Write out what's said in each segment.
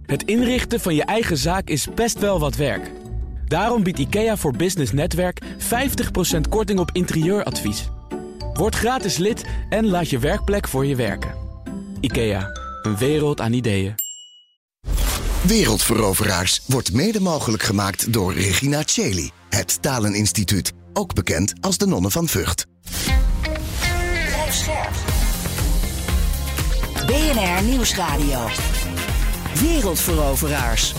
Het inrichten van je eigen zaak is best wel wat werk. Daarom biedt IKEA voor Business Netwerk 50% korting op interieuradvies. Word gratis lid en laat je werkplek voor je werken. IKEA, een wereld aan ideeën. Wereldveroveraars wordt mede mogelijk gemaakt door Regina Cheli, het Taleninstituut, ook bekend als de Nonnen van Vught. Blijf scherp. BNR Nieuwsradio. Wereldveroveraars.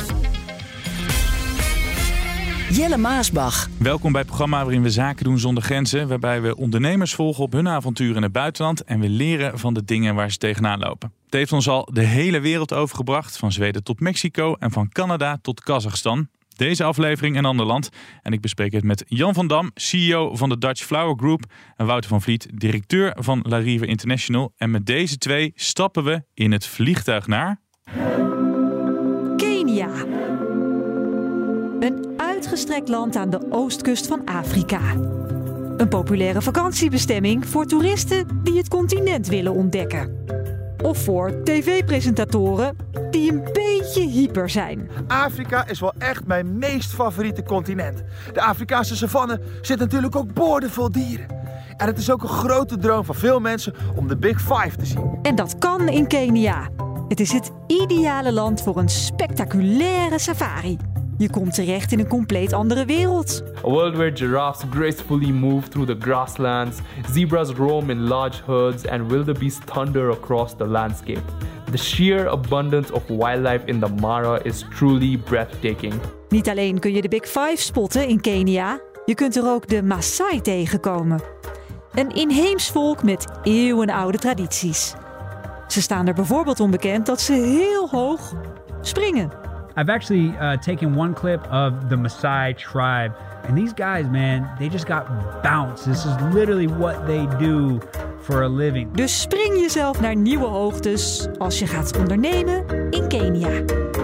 Jelle Maasbach. Welkom bij het programma waarin we zaken doen zonder grenzen. Waarbij we ondernemers volgen op hun avonturen in het buitenland. En we leren van de dingen waar ze tegenaan lopen. Het heeft ons al de hele wereld overgebracht. Van Zweden tot Mexico en van Canada tot Kazachstan. Deze aflevering een ander land. En ik bespreek het met Jan van Dam, CEO van de Dutch Flower Group. En Wouter van Vliet, directeur van La Riva International. En met deze twee stappen we in het vliegtuig naar... Kenia. Een uitgestrekt land aan de oostkust van Afrika. Een populaire vakantiebestemming voor toeristen die het continent willen ontdekken. Of voor tv-presentatoren die een beetje hyper zijn. Afrika is wel echt mijn meest favoriete continent. De Afrikaanse savanne zit natuurlijk ook boordevol dieren. En het is ook een grote droom van veel mensen om de Big Five te zien. En dat kan in Kenia. Het is het ideale land voor een spectaculaire safari. Je komt terecht in een compleet andere wereld. A world where giraffes gracefully move through the grasslands, zebras roam in large herds, and wildebeest thunder across the landscape. The sheer abundance of wildlife in the Mara is truly breathtaking. Niet alleen kun je de Big Five spotten in Kenia, je kunt er ook de Maasai tegenkomen. Een inheems volk met eeuwenoude tradities. Ze staan er bijvoorbeeld onbekend dat ze heel hoog springen. I've actually taken one clip of the Maasai tribe. And these guys, man, they just got bounce. This is literally what they do for a living. Dus spring jezelf naar nieuwe hoogtes als je gaat ondernemen in Kenia.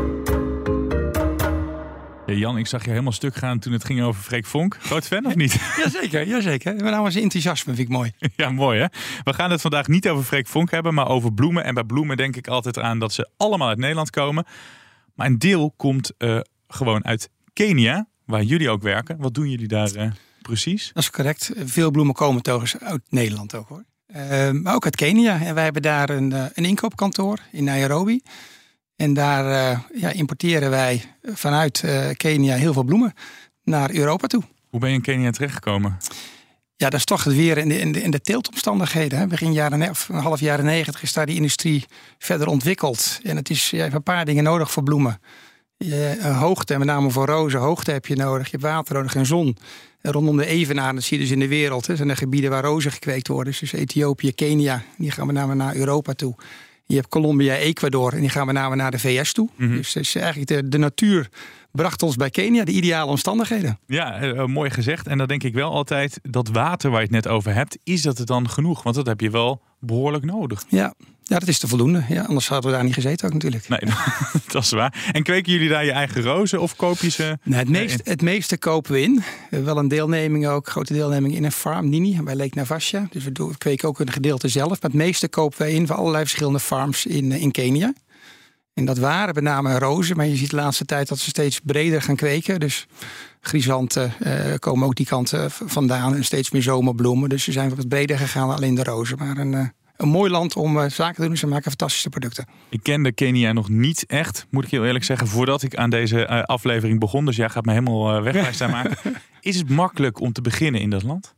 Ja, Jan, ik zag je helemaal stuk gaan toen het ging over Freek Vonk. Groot fan of niet? Jazeker. Met name zijn enthousiasme vind ik mooi. Ja, mooi hè. We gaan het vandaag niet over Freek Vonk hebben, maar over bloemen. En bij bloemen denk ik altijd aan dat ze allemaal uit Nederland komen. Maar een deel komt gewoon uit Kenia, waar jullie ook werken. Wat doen jullie daar precies? Dat is correct. Veel bloemen komen trouwens uit Nederland ook hoor. Maar ook uit Kenia. En wij hebben daar een inkoopkantoor in Nairobi. En daar importeren wij vanuit Kenia heel veel bloemen naar Europa toe. Hoe ben je in Kenia terechtgekomen? Ja, dat is toch het weer in de teeltomstandigheden. Hè. Begin half jaren 90 is daar die industrie verder ontwikkeld. En het is, je hebt een paar dingen nodig voor bloemen. Hoogte, met name voor rozen, hoogte heb je nodig. Je hebt water nodig en zon. En rondom de evenaar, dat zie je dus in de wereld. Hè, zijn er gebieden waar rozen gekweekt worden. Dus Ethiopië, Kenia, die gaan met name naar Europa toe. Je hebt Colombia, Ecuador en die gaan met name naar de VS toe. Mm-hmm. Dus het is eigenlijk de natuur bracht ons bij Kenia de ideale omstandigheden. Ja, mooi gezegd. En dan denk ik wel altijd, dat water waar je het net over hebt, is dat het dan genoeg? Want dat heb je wel behoorlijk nodig. Ja, dat is te voldoende. Ja, anders hadden we daar niet gezeten ook natuurlijk. Nee, dat is waar. En kweken jullie daar je eigen rozen of koop je ze? Nou, het meeste kopen we in. We hebben wel een deelneming ook, grote deelneming in een farm, Nini, bij Lake Navasha. Dus we kweken ook een gedeelte zelf. Maar het meeste kopen wij in van allerlei verschillende farms in Kenia. En dat waren met name rozen, maar je ziet de laatste tijd dat ze steeds breder gaan kweken. Dus chrysanten komen ook die kant vandaan en steeds meer zomerbloemen. Dus ze zijn wat breder gegaan dan alleen de rozen. Maar een mooi land om zaken te doen. Ze maken fantastische producten. Ik kende Kenia nog niet echt, moet ik heel eerlijk zeggen, voordat ik aan deze aflevering begon. Dus jij gaat me helemaal wegwijs daar maken. Is het makkelijk om te beginnen in dat land?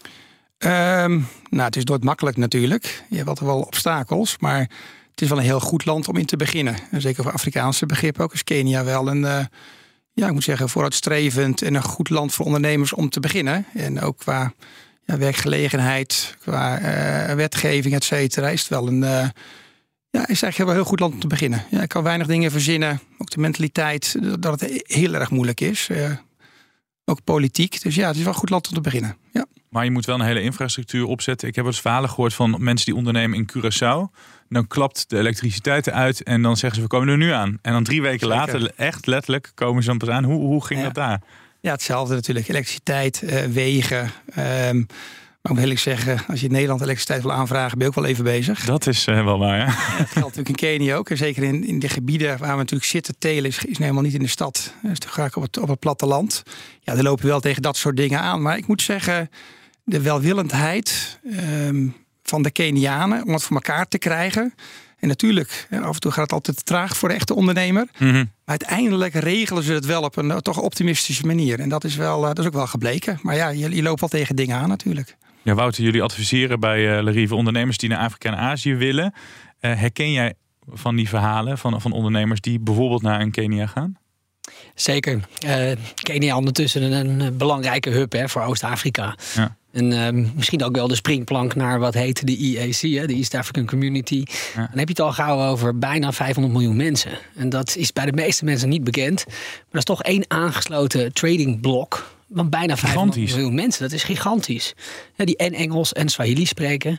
Het is nooit makkelijk natuurlijk. Je hebt altijd wel obstakels, maar het is wel een heel goed land om in te beginnen. En zeker voor Afrikaanse begrippen ook is Kenia wel een, ik moet zeggen, vooruitstrevend en een goed land voor ondernemers om te beginnen. En ook qua werkgelegenheid, qua wetgeving, et cetera, is het wel is eigenlijk wel een heel goed land om te beginnen. Ja, ik kan weinig dingen verzinnen. Ook de mentaliteit, dat het heel erg moeilijk is. Ook politiek. Dus ja, het is wel een goed land om te beginnen. Ja. Maar je moet wel een hele infrastructuur opzetten. Ik heb wel eens verhalen gehoord van mensen die ondernemen in Curaçao. Dan klapt de elektriciteit eruit en dan zeggen ze, we komen er nu aan. En dan 3 weken later, echt letterlijk, komen ze dan pas aan. Hoe ging dat daar? Ja, hetzelfde natuurlijk. Elektriciteit, wegen, Maar ik moet eerlijk zeggen, als je in Nederland elektriciteit wil aanvragen, ben je ook wel even bezig. Dat is wel waar, ja. Dat geldt natuurlijk in Kenia ook. En zeker in de gebieden waar we natuurlijk zitten, telen is helemaal niet in de stad. Dat is toch graag op het platteland. Ja, daar lopen we wel tegen dat soort dingen aan. Maar ik moet zeggen, de welwillendheid van de Kenianen om het voor elkaar te krijgen. En natuurlijk, af en toe gaat het altijd te traag voor de echte ondernemer. Mm-hmm. Maar uiteindelijk regelen ze het wel op een toch optimistische manier. En dat is ook wel gebleken. Maar ja, je loopt wel tegen dingen aan natuurlijk. Ja, Wouter, jullie adviseren bij Larive ondernemers die naar Afrika en Azië willen. Herken jij van die verhalen van ondernemers die bijvoorbeeld naar een Kenia gaan? Zeker. Kenia ondertussen een belangrijke hub voor Oost-Afrika. Ja. En misschien ook wel de springplank naar wat heet de EAC, de East African Community. Ja. Dan heb je het al gauw over bijna 500 miljoen mensen. En dat is bij de meeste mensen niet bekend. Maar dat is toch één aangesloten tradingblok van bijna 500 miljoen mensen. Dat is gigantisch. Ja, die en Engels en Swahili spreken.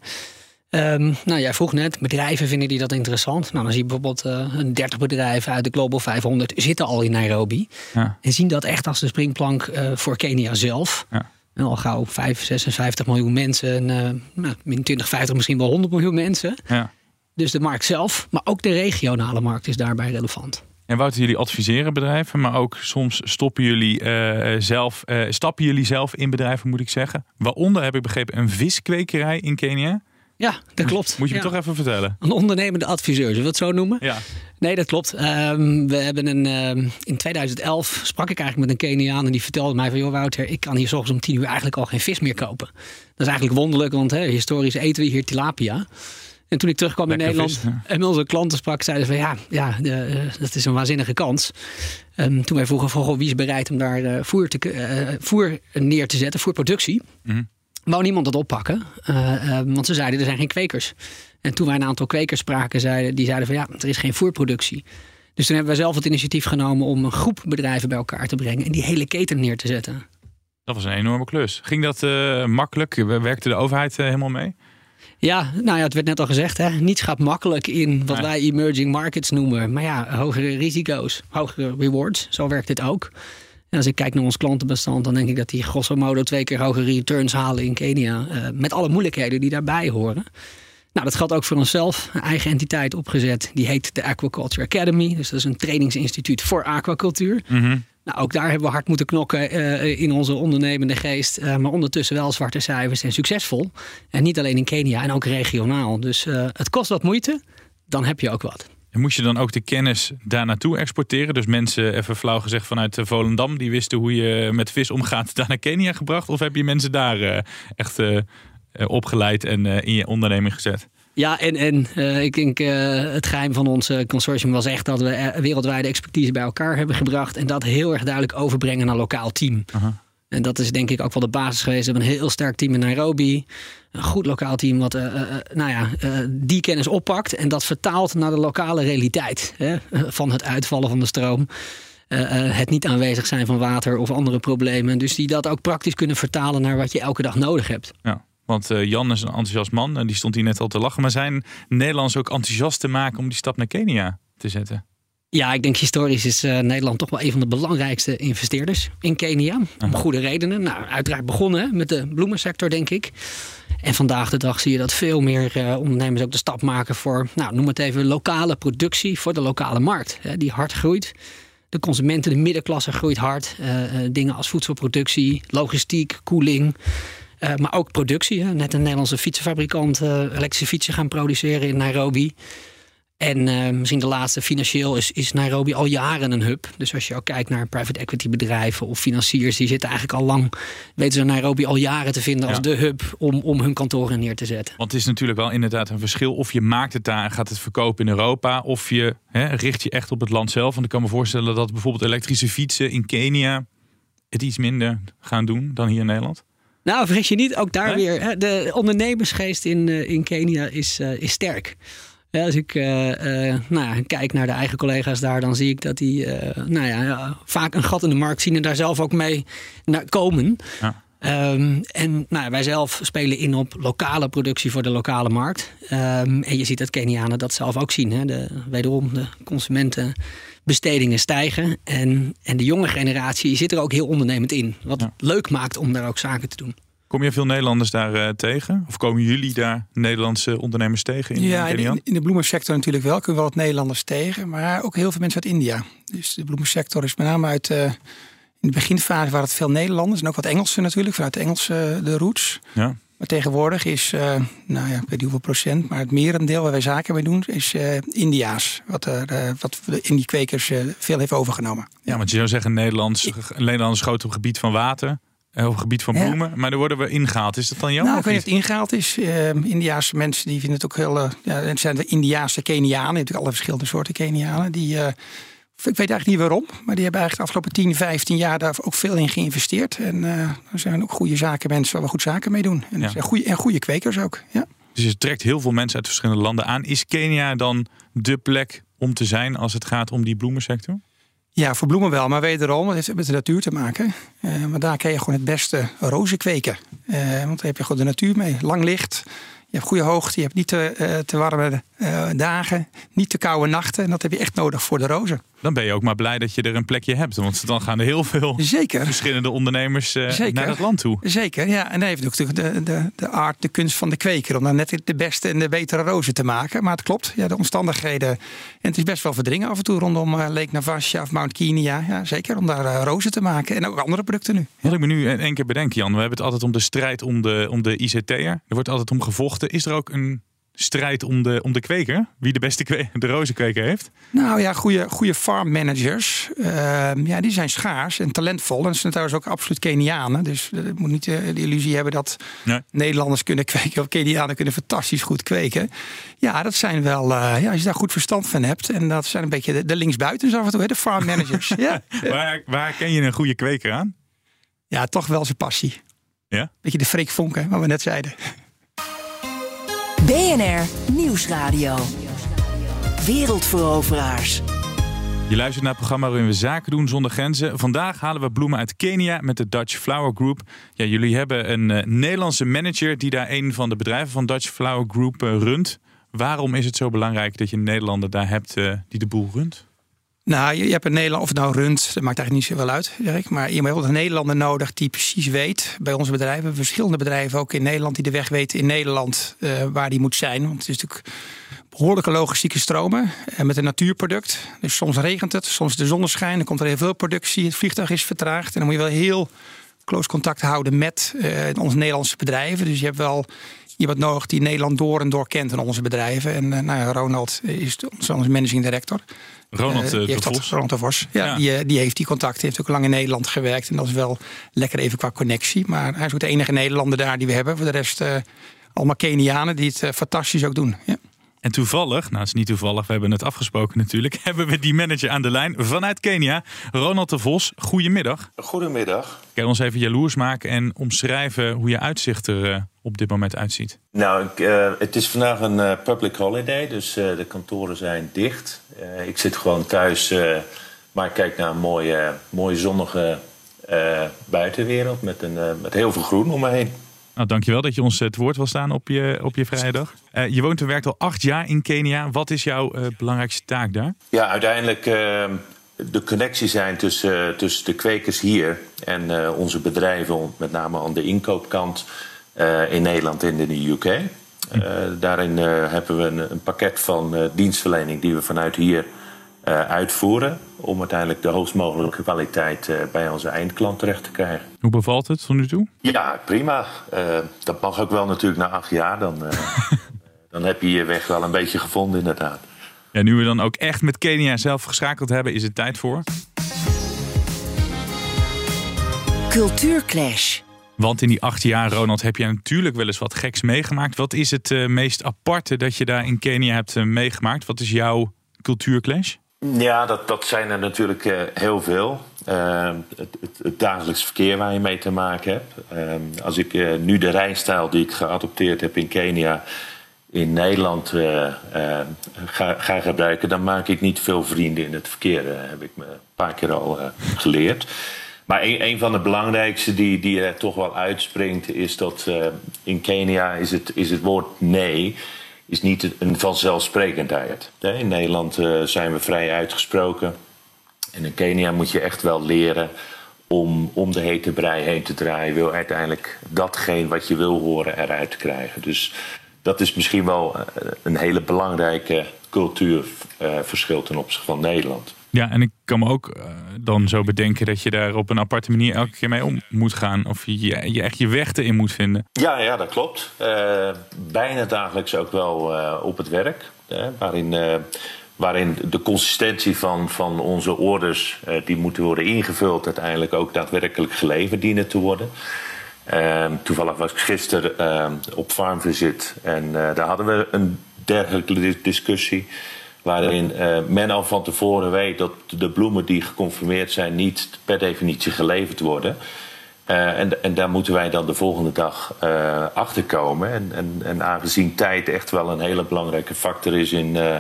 Jij vroeg net, bedrijven vinden die dat interessant. Nou, dan zie je bijvoorbeeld 30 bedrijven uit de Global 500 zitten al in Nairobi. Ja. En zien dat echt als de springplank voor Kenia zelf. Ja. En al gauw 56 miljoen mensen. In 2050 misschien wel 100 miljoen mensen. Ja. Dus de markt zelf, maar ook de regionale markt is daarbij relevant. En Wouter, jullie adviseren bedrijven, maar ook soms stappen jullie zelf in bedrijven, moet ik zeggen. Waaronder, heb ik begrepen, een viskwekerij in Kenia. Ja, dat klopt. Moet je me toch even vertellen? Een ondernemende adviseur, zullen we het zo noemen? Ja. Nee, dat klopt. We hebben in 2011 sprak ik eigenlijk met een Keniaan en die vertelde mij van, joh Wouter, ik kan hier 's ochtends om 10 uur eigenlijk al geen vis meer kopen. Dat is eigenlijk wonderlijk, want historisch eten we hier tilapia. En toen ik terugkwam in Nederland en met onze klanten sprak, zeiden ze van dat is een waanzinnige kans. Toen wij vroegen, wie is bereid om daar voer neer te zetten, voerproductie. Mm-hmm. Wou niemand dat oppakken, want ze zeiden er zijn geen kwekers. En toen wij een aantal kwekers spraken, die zeiden van er is geen voerproductie. Dus toen hebben wij zelf het initiatief genomen om een groep bedrijven bij elkaar te brengen en die hele keten neer te zetten. Dat was een enorme klus. Ging dat makkelijk? Werkte de overheid helemaal mee? Ja, het werd net al gezegd, niets gaat makkelijk in wat wij emerging markets noemen. Maar hogere risico's, hogere rewards, zo werkt dit ook. En als ik kijk naar ons klantenbestand, dan denk ik dat die grosso modo 2 keer hogere returns halen in Kenia. Met alle moeilijkheden die daarbij horen. Nou, dat geldt ook voor onszelf. Een eigen entiteit opgezet. Die heet de Aquaculture Academy. Dus dat is een trainingsinstituut voor aquacultuur. Mm-hmm. Nou, ook daar hebben we hard moeten knokken in onze ondernemende geest. Maar ondertussen wel zwarte cijfers en succesvol. En niet alleen in Kenia en ook regionaal. Dus het kost wat moeite. Dan heb je ook wat. En moest je dan ook de kennis daar naartoe exporteren? Dus mensen, even flauw gezegd, vanuit Volendam, die wisten hoe je met vis omgaat, daar naar Kenia gebracht? Of heb je mensen daar echt opgeleid en in je onderneming gezet? Ja, ik denk het geheim van ons consortium was echt dat we wereldwijde expertise bij elkaar hebben gebracht. En dat heel erg duidelijk overbrengen naar lokaal team. Uh-huh. En dat is denk ik ook wel de basis geweest. We hebben een heel sterk team in Nairobi. Een goed lokaal team wat die kennis oppakt. En dat vertaalt naar de lokale realiteit. Van het uitvallen van de stroom. Het niet aanwezig zijn van water of andere problemen. Dus die dat ook praktisch kunnen vertalen naar wat je elke dag nodig hebt. Ja. Want Jan is een enthousiast man en die stond hier net al te lachen. Maar zijn Nederlanders ook enthousiast te maken om die stap naar Kenia te zetten? Ja, ik denk historisch is Nederland toch wel een van de belangrijkste investeerders in Kenia. Om goede redenen. Nou, uiteraard begonnen met de bloemensector, denk ik. En vandaag de dag zie je dat veel meer ondernemers ook de stap maken voor, noem het even, lokale productie voor de lokale markt. Die hard groeit. De consumenten, de middenklasse groeit hard. Dingen als voedselproductie, logistiek, koeling. Maar ook productie. Net een Nederlandse fietsenfabrikant elektrische fietsen gaan produceren in Nairobi. En misschien de laatste, financieel is Nairobi al jaren een hub. Dus als je ook kijkt naar private equity bedrijven of financiers, die zitten eigenlijk al lang, weten ze Nairobi al jaren te vinden als de hub om hun kantoren neer te zetten. Want het is natuurlijk wel inderdaad een verschil of je maakt het daar en gaat het verkopen in Europa, of je richt je echt op het land zelf. Want ik kan me voorstellen dat bijvoorbeeld elektrische fietsen in Kenia het iets minder gaan doen dan hier in Nederland. Nou, vergis je niet, ook daar weer. De ondernemersgeest in Kenia is sterk. Ja, als ik kijk naar de eigen collega's daar, dan zie ik dat die vaak een gat in de markt zien en daar zelf ook mee naar komen. Ja. Wij zelf spelen in op lokale productie voor de lokale markt. En je ziet dat Kenianen dat zelf ook zien. Wederom de consumentenbestedingen stijgen. En de jonge generatie zit er ook heel ondernemend in. Wat leuk maakt om daar ook zaken te doen. Kom je veel Nederlanders daar tegen? Of komen jullie daar Nederlandse ondernemers tegen in Kenia? In de bloemensector natuurlijk wel. Kunnen we wat Nederlanders tegen. Maar ook heel veel mensen uit India. Dus de bloemensector is met name uit... in de beginfase waren het veel Nederlanders. En ook wat Engelsen natuurlijk. Vanuit de Engelse de roots. Ja. Maar tegenwoordig is, ik weet niet hoeveel procent... maar het merendeel waar wij zaken mee doen is India's. Wat de Indie-kwekers veel heeft overgenomen. Ja, want je zou zeggen Nederland is groot op gebied van water... op het gebied van bloemen, maar daar worden we ingehaald. Is dat dan jammer? Nou, ik weet niet of het ingehaald is. Indiaanse mensen die vinden het ook heel... het zijn de Indiaanse Kenianen. Natuurlijk alle verschillende soorten Kenianen. Ik weet eigenlijk niet waarom. Maar die hebben eigenlijk de afgelopen 10, 15 jaar daar ook veel in geïnvesteerd. En er zijn ook goede zakenmensen waar we goed zaken mee doen. En, goede kwekers ook. Ja. Dus je trekt heel veel mensen uit verschillende landen aan. Is Kenia dan de plek om te zijn als het gaat om die bloemensector? Ja, voor bloemen wel. Maar wederom, het heeft met de natuur te maken. Maar daar kan je gewoon het beste rozen kweken. Want daar heb je gewoon de natuur mee. Lang licht. Je hebt goede hoogte. Je hebt niet te warme dagen. Niet te koude nachten. En dat heb je echt nodig voor de rozen. Dan ben je ook maar blij dat je er een plekje hebt. Want dan gaan er heel veel verschillende ondernemers naar dat land toe. Zeker, ja. En dan heeft natuurlijk de kunst van de kweker. Om dan net de beste en de betere rozen te maken. Maar het klopt, ja, de omstandigheden. En het is best wel verdringen af en toe rondom Lake Navasha of Mount Kenia. Ja, zeker, om daar rozen te maken. En ook andere producten nu. Wat ik me nu in één keer bedenk, Jan. We hebben het altijd om de strijd om de ICT'er. Er wordt altijd om gevochten. Is er ook een strijd om de kweker? Wie de beste de rozenkweker heeft? Nou ja, goede farm managers. Die zijn schaars en talentvol. En dat zijn trouwens ook absoluut Kenianen. Dus je moet niet de illusie hebben dat Nederlanders kunnen kweken. Of Kenianen kunnen fantastisch goed kweken. Ja, dat zijn wel... als je daar goed verstand van hebt. En dat zijn een beetje de linksbuitens af en toe. De farm managers. Ja. Waar ken je een goede kweker aan? Ja, toch wel zijn passie. Ja? Beetje de Freek Vonken, wat we net zeiden. BNR Nieuwsradio. Wereldveroveraars. Je luistert naar het programma waarin we zaken doen zonder grenzen. Vandaag halen we bloemen uit Kenia met de Dutch Flower Group. Ja, jullie hebben een Nederlandse manager die daar een van de bedrijven van Dutch Flower Group runt. Waarom is het zo belangrijk dat je een Nederlander daar hebt die de boel runt? Nou, je hebt een Nederlander, of het nou runt, dat maakt eigenlijk niet zoveel uit, Erik. Maar je hebt een Nederlander nodig die precies weet, bij onze bedrijven, verschillende bedrijven ook in Nederland, die de weg weten in Nederland waar die moet zijn. Want het is natuurlijk behoorlijke logistieke stromen met een natuurproduct. Dus soms regent het, soms de zonneschijn, dan komt er heel veel productie, het vliegtuig is vertraagd. En dan moet je wel heel close contact houden met onze Nederlandse bedrijven. Dus je hebt wel iemand nodig die Nederland door en door kent in onze bedrijven. En Ronald is onze managing director. Ronald de Vos. Ja. Die heeft die contacten. Heeft ook lang in Nederland gewerkt. En dat is wel lekker even qua connectie. Maar hij is ook de enige Nederlander daar die we hebben. Voor de rest allemaal Kenianen die het fantastisch ook doen. Ja. En toevallig, nou het is niet toevallig, we hebben het afgesproken natuurlijk, hebben we die manager aan de lijn vanuit Kenia. Ronald de Vos, goedemiddag. Goedemiddag. Kan je ons even jaloers maken en omschrijven hoe je uitzicht er op dit moment uitziet? Nou, het is vandaag een public holiday, dus de kantoren zijn dicht. Ik zit gewoon thuis, maar ik kijk naar een mooie zonnige buitenwereld met heel veel groen om me heen. Nou, dankjewel dat je ons het woord wil staan op je vrije dag. Je woont en werkt al 8 jaar in Kenia. Wat is jouw belangrijkste taak daar? Ja, uiteindelijk de connectie zijn tussen de kwekers hier en onze bedrijven, met name aan de inkoopkant in Nederland en in de UK. Daarin hebben we een pakket van dienstverlening die we vanuit hier uitvoeren om uiteindelijk de hoogst mogelijke kwaliteit bij onze eindklant terecht te krijgen. Hoe bevalt het tot nu toe? Ja, prima. Dat mag ook wel natuurlijk na 8 jaar. Dan heb je je weg wel een beetje gevonden inderdaad. Ja, nu we dan ook echt met Kenia zelf geschakeld hebben, is het tijd voor Cultuurclash. Want in die 8 jaar, Ronald, heb je natuurlijk wel eens wat geks meegemaakt. Wat is het meest aparte dat je daar in Kenia hebt meegemaakt? Wat is jouw cultuurclash? Ja, dat zijn er natuurlijk heel veel. Het dagelijks verkeer waar je mee te maken hebt. Als ik nu de rijstijl die ik geadopteerd heb in Kenia in Nederland ga gebruiken, dan maak ik niet veel vrienden in het verkeer. Heb ik me een paar keer al geleerd. Maar een van de belangrijkste die er toch wel uitspringt is dat in Kenia is het woord nee is niet een vanzelfsprekendheid. In Nederland zijn we vrij uitgesproken. En in Kenia moet je echt wel leren om de hete brei heen te draaien. Wil uiteindelijk datgene wat je wil horen eruit krijgen. Dus dat is misschien wel een hele belangrijke cultuurverschil ten opzichte van Nederland. Ja, en ik kan me ook dan zo bedenken dat je daar op een aparte manier elke keer mee om moet gaan. Of je echt je weg erin moet vinden. Ja, dat klopt. Bijna dagelijks ook wel op het werk. Waarin de consistentie van onze orders, die moeten worden ingevuld, uiteindelijk ook daadwerkelijk geleverd dienen te worden. Toevallig was ik gisteren op farmvisit en daar hadden we een dergelijke discussie. Waarin men al van tevoren weet dat de bloemen die geconfirmeerd zijn niet per definitie geleverd worden. En daar moeten wij dan de volgende dag achter komen. En aangezien tijd echt wel een hele belangrijke factor is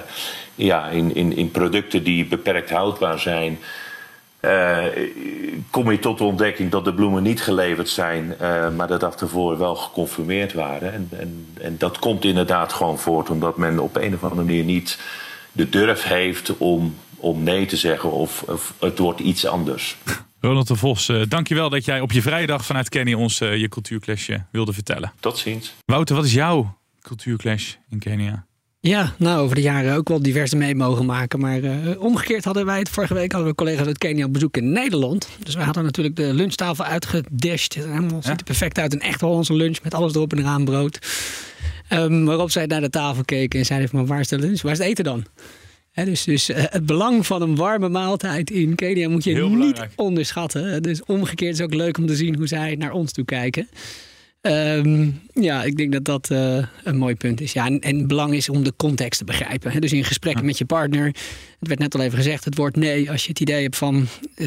in producten die beperkt houdbaar zijn, kom je tot de ontdekking dat de bloemen niet geleverd zijn, maar de dag ervoor wel geconfirmeerd waren. En dat komt inderdaad gewoon voort omdat men op een of andere manier niet de durf heeft om nee te zeggen of het wordt iets anders. Ronald de Vos, dankjewel dat jij op je vrijdag vanuit Kenia ons je cultuurclashje wilde vertellen. Tot ziens. Wouter, wat is jouw cultuurclash in Kenia? Ja, over de jaren ook wel diverse mee mogen maken. Maar omgekeerd hadden wij het vorige week hadden we collega's uit Kenia op bezoek in Nederland. Dus wij hadden natuurlijk de lunchtafel uitgedashed. Helemaal ziet er perfect uit. Een echt Hollandse lunch met alles erop en eraan, brood. Waarop zij naar de tafel keken en zeiden van, maar waar is de lunch? Waar is het eten dan? Dus het belang van een warme maaltijd in Kenia moet je niet onderschatten. Dus omgekeerd is het ook leuk om te zien hoe zij naar ons toe kijken. Ik denk dat dat een mooi punt is. Ja, en het belang is om de context te begrijpen. Dus in gesprekken met je partner. Het werd net al even gezegd, het woord nee. Als je het idee hebt van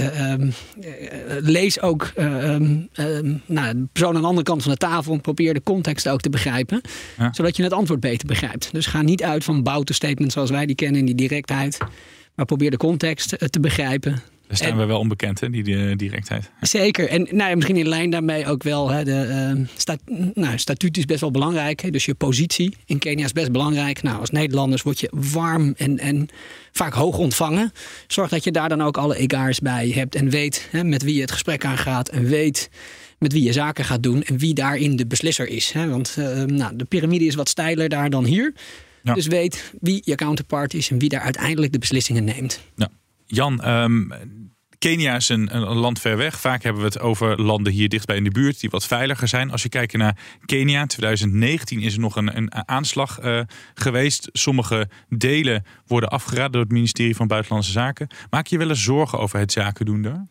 lees ook de persoon aan de andere kant van de tafel. En probeer de context ook te begrijpen. Ja. Zodat je het antwoord beter begrijpt. Dus ga niet uit van bouten statements zoals wij die kennen in die directheid. Maar probeer de context te begrijpen. Daar staan we wel onbekend, hè, die directheid. Zeker. En misschien in lijn daarmee ook wel. De statuut is best wel belangrijk. Hè, dus je positie in Kenia is best belangrijk. Nou, als Nederlanders word je warm en vaak hoog ontvangen. Zorg dat je daar dan ook alle egaars bij hebt. En weet met wie je het gesprek aangaat. En weet met wie je zaken gaat doen. En wie daarin de beslisser is. Hè. Want de piramide is wat steiler daar dan hier. Ja. Dus weet wie je counterpart is. En wie daar uiteindelijk de beslissingen neemt. Ja. Jan, Kenia is een land ver weg. Vaak hebben we het over landen hier dichtbij in de buurt die wat veiliger zijn. Als je kijkt naar Kenia, 2019 is er nog een aanslag geweest. Sommige delen worden afgeraden door het ministerie van Buitenlandse Zaken. Maak je wel eens zorgen over het zaken doen daar?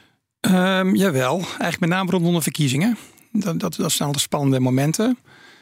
Jawel, eigenlijk met name rondom de verkiezingen. Dat zijn altijd spannende momenten.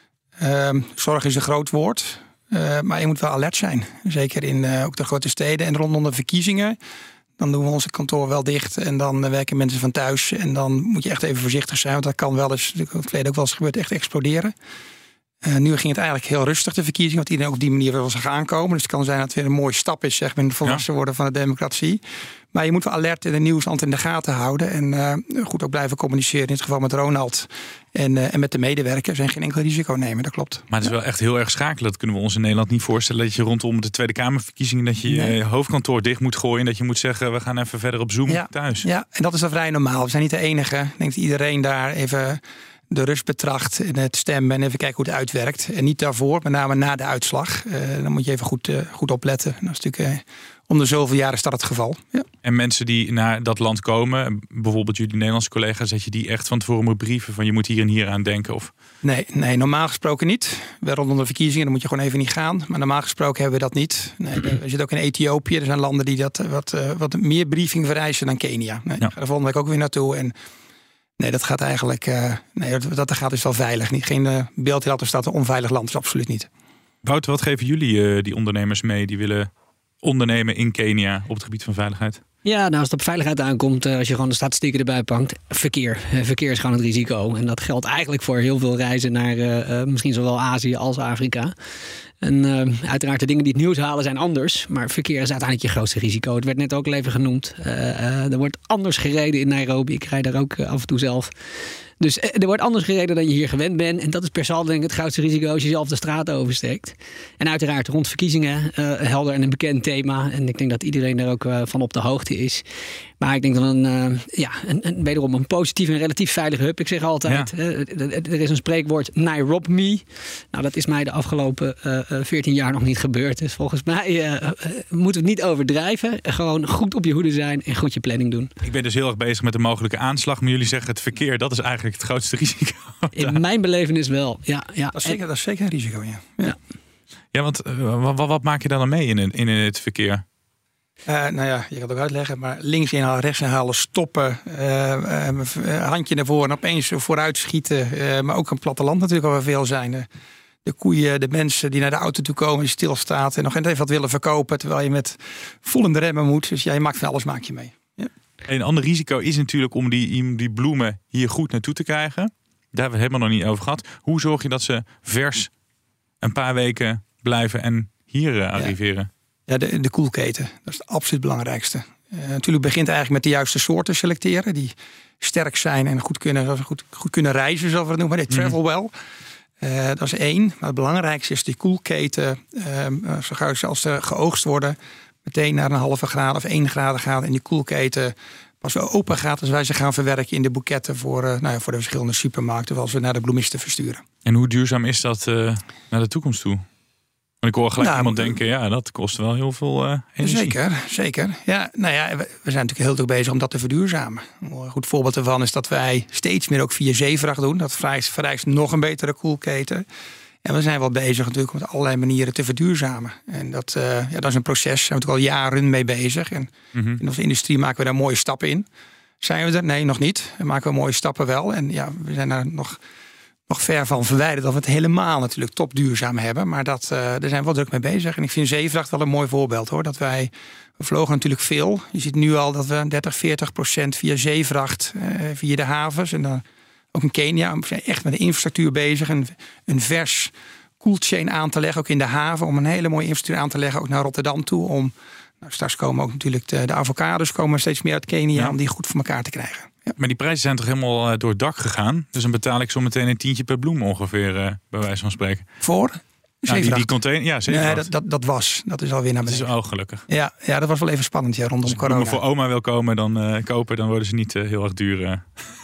Zorg is een groot woord. Maar je moet wel alert zijn. Zeker in ook de grote steden. En rondom de verkiezingen, dan doen we onze kantoor wel dicht. En dan werken mensen van thuis. En dan moet je echt even voorzichtig zijn. Want dat kan wel eens, in het verleden ook wel eens gebeurd, echt exploderen. Nu ging het eigenlijk heel rustig, de verkiezingen. Want iedereen ook op die manier wil zich aankomen. Dus het kan zijn dat het weer een mooie stap is, zeg maar, in het volwassen worden van de democratie. Maar je moet wel alert en de nieuwsstand in de gaten houden. En goed ook blijven communiceren. In dit geval met Ronald. En met de medewerkers. En geen enkel risico nemen, dat klopt. Maar het is wel echt heel erg schakelen. Dat kunnen we ons in Nederland niet voorstellen. Dat je rondom de Tweede Kamerverkiezingen, dat je je hoofdkantoor dicht moet gooien. En dat je moet zeggen, we gaan even verder op Zoom thuis. Ja, en dat is dan vrij normaal. We zijn niet de enige. Ik denk dat iedereen daar even de rust betracht en het stemmen en even kijken hoe het uitwerkt. En niet daarvoor, met name na de uitslag. Dan moet je even goed opletten. En dat is natuurlijk om de zoveel jaren is dat het geval. Ja. En mensen die naar dat land komen, bijvoorbeeld jullie Nederlandse collega's, dat je die echt van tevoren moet brieven van je moet hier en hier aan denken? Of? Nee, normaal gesproken niet. Wel rondom de verkiezingen, dan moet je gewoon even niet gaan. Maar normaal gesproken hebben we dat niet. Nee, we zitten ook in Ethiopië. Er zijn landen die dat wat meer briefing vereisen dan Kenia. Ik ga er volgende week ook weer naartoe. En nee, dat gaat eigenlijk. Dat gaat dus wel veilig. Geen beeld die altijd staat een onveilig land is absoluut niet. Wouter, wat geven jullie die ondernemers mee die willen ondernemen in Kenia op het gebied van veiligheid? Ja, nou als het op veiligheid aankomt, als je gewoon de statistieken erbij pakt, verkeer. Verkeer is gewoon het risico. En dat geldt eigenlijk voor heel veel reizen naar misschien zowel Azië als Afrika. En uiteraard de dingen die het nieuws halen zijn anders. Maar verkeer is uiteindelijk je grootste risico. Het werd net ook al even genoemd. Er wordt anders gereden in Nairobi. Ik rijd daar ook af en toe zelf. Dus er wordt anders gereden dan je hier gewend bent. En dat is per saldo denk ik het grootste risico als je zelf de straat oversteekt. En uiteraard rond verkiezingen, helder en een bekend thema. En ik denk dat iedereen daar ook van op de hoogte is. Maar ik denk dat wederom een positieve en relatief veilige hub. Ik zeg altijd, er is een spreekwoord, Nairobi me. Nou, dat is mij de afgelopen 14 jaar nog niet gebeurd. Dus volgens mij moeten we het niet overdrijven. Gewoon goed op je hoede zijn en goed je planning doen. Ik ben dus heel erg bezig met de mogelijke aanslag. Maar jullie zeggen het verkeer, dat is eigenlijk het grootste risico. In mijn belevenis wel, ja. Dat is zeker een risico, ja. Ja, want wat maak je dan mee in het verkeer? Je kan het ook uitleggen, maar links inhalen, rechts inhalen, stoppen, handje naar voren en opeens vooruit schieten. Maar ook een platteland natuurlijk waar veel zijn. De koeien, de mensen die naar de auto toe komen, die stilstaat en nog even wat willen verkopen, terwijl je met vol in de remmen moet. Dus je maakt van alles mee. Ja. Een ander risico is natuurlijk om die bloemen hier goed naartoe te krijgen. Daar hebben we het helemaal nog niet over gehad. Hoe zorg je dat ze vers een paar weken blijven en hier arriveren? Ja, de koelketen. Dat is het absoluut belangrijkste. Natuurlijk begint eigenlijk met de juiste soorten selecteren. Die sterk zijn en goed kunnen reizen, zoals we het noemen. They travel well. Dat is 1. Maar het belangrijkste is die koelketen. Zo gauw als ze geoogst worden, meteen naar een halve graad of 1 graden gaan. En die koelketen pas weer open gaat als wij ze gaan verwerken in de boeketten voor de verschillende supermarkten. Of als we naar de bloemisten versturen. En hoe duurzaam is dat naar de toekomst toe? Want ik hoor gelijk iemand denken, dat kost wel heel veel energie. Zeker. Ja, we zijn natuurlijk heel druk bezig om dat te verduurzamen. Een goed voorbeeld daarvan is dat wij steeds meer ook via zeevracht doen. Dat vereist nog een betere koelketen. En we zijn wel bezig natuurlijk om met allerlei manieren te verduurzamen. En dat is een proces. Daar zijn we natuurlijk al jaren mee bezig. En in onze industrie maken we daar mooie stappen in. Zijn we er? Nee, nog niet. We maken mooie stappen wel. En we zijn daar nog ver van verwijderd dat we het helemaal natuurlijk topduurzaam hebben. Maar daar zijn we wel druk mee bezig. En ik vind zeevracht wel een mooi voorbeeld, hoor. We vlogen natuurlijk veel. Je ziet nu al dat we 30-40% via zeevracht, via de havens. En dan ook in Kenia. We zijn echt met de infrastructuur bezig. Een vers coolchain aan te leggen, ook in de haven. Om een hele mooie infrastructuur aan te leggen, ook naar Rotterdam toe. Straks komen ook natuurlijk de avocados komen steeds meer uit Kenia. Om die goed voor elkaar te krijgen. Ja. Maar die prijzen zijn toch helemaal door het dak gegaan? Dus dan betaal ik zo meteen een tientje per bloem ongeveer, bij wijze van spreken. Voor? Die container? Ja, zeevracht. Nee, dat is alweer naar beneden. Dat is gelukkig. Ja, dat was wel even spannend rondom als corona. Als voor oma wil komen, dan kopen, dan worden ze niet heel erg duur.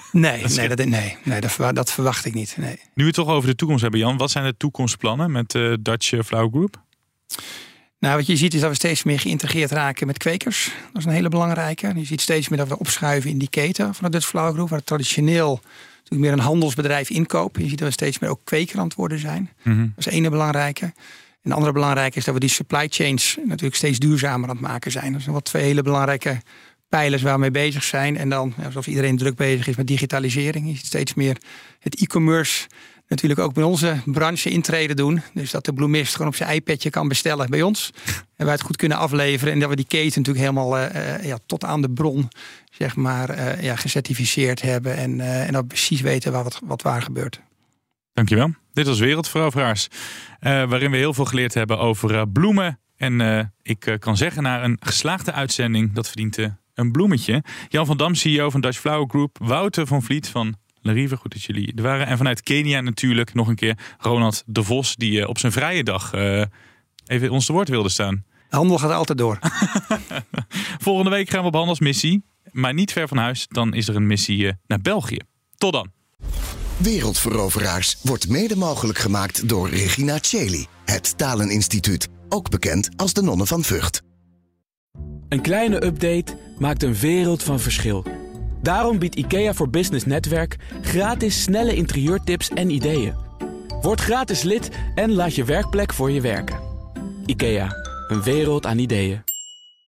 Dat verwacht ik niet. Nee. Nu we het toch over de toekomst hebben, Jan. Wat zijn de toekomstplannen met Dutch Flower Group? Nou, wat je ziet is dat we steeds meer geïntegreerd raken met kwekers. Dat is een hele belangrijke. Je ziet steeds meer dat we opschuiven in die keten van de Dutch Flower Group, waar het traditioneel natuurlijk meer een handelsbedrijf inkoopt. Je ziet dat we steeds meer ook kweker aan het worden zijn. Dat is één belangrijke. En de andere belangrijke is dat we die supply chains natuurlijk steeds duurzamer aan het maken zijn. Dat zijn wel 2 hele belangrijke pijlers waar we mee bezig zijn. En dan, zoals iedereen druk bezig is met digitalisering, je ziet steeds meer het e-commerce natuurlijk ook bij onze branche intreden doen. Dus dat de bloemist gewoon op zijn iPadje kan bestellen bij ons. En wij het goed kunnen afleveren. En dat we die keten natuurlijk helemaal tot aan de bron gecertificeerd hebben. En dat precies weten wat waar gebeurt. Dankjewel. Dit was Wereldveroveraars. Waarin we heel veel geleerd hebben over bloemen. En ik kan zeggen, na een geslaagde uitzending, dat verdient een bloemetje. Jan van Dam, CEO van Dutch Flower Group. Wouter van Vliet van Larive, goed dat jullie er waren. En vanuit Kenia natuurlijk nog een keer Ronald de Vos, die op zijn vrije dag even ons te woord wilde staan. De handel gaat altijd door. Volgende week gaan we op handelsmissie, maar niet ver van huis. Dan is er een missie naar België. Tot dan. Wereldveroveraars wordt mede mogelijk gemaakt door Regina Cheli, het Taleninstituut, ook bekend als de Nonnen van Vught. Een kleine update maakt een wereld van verschil. Daarom biedt IKEA voor Business Netwerk gratis snelle interieurtips en ideeën. Word gratis lid en laat je werkplek voor je werken. IKEA, een wereld aan ideeën.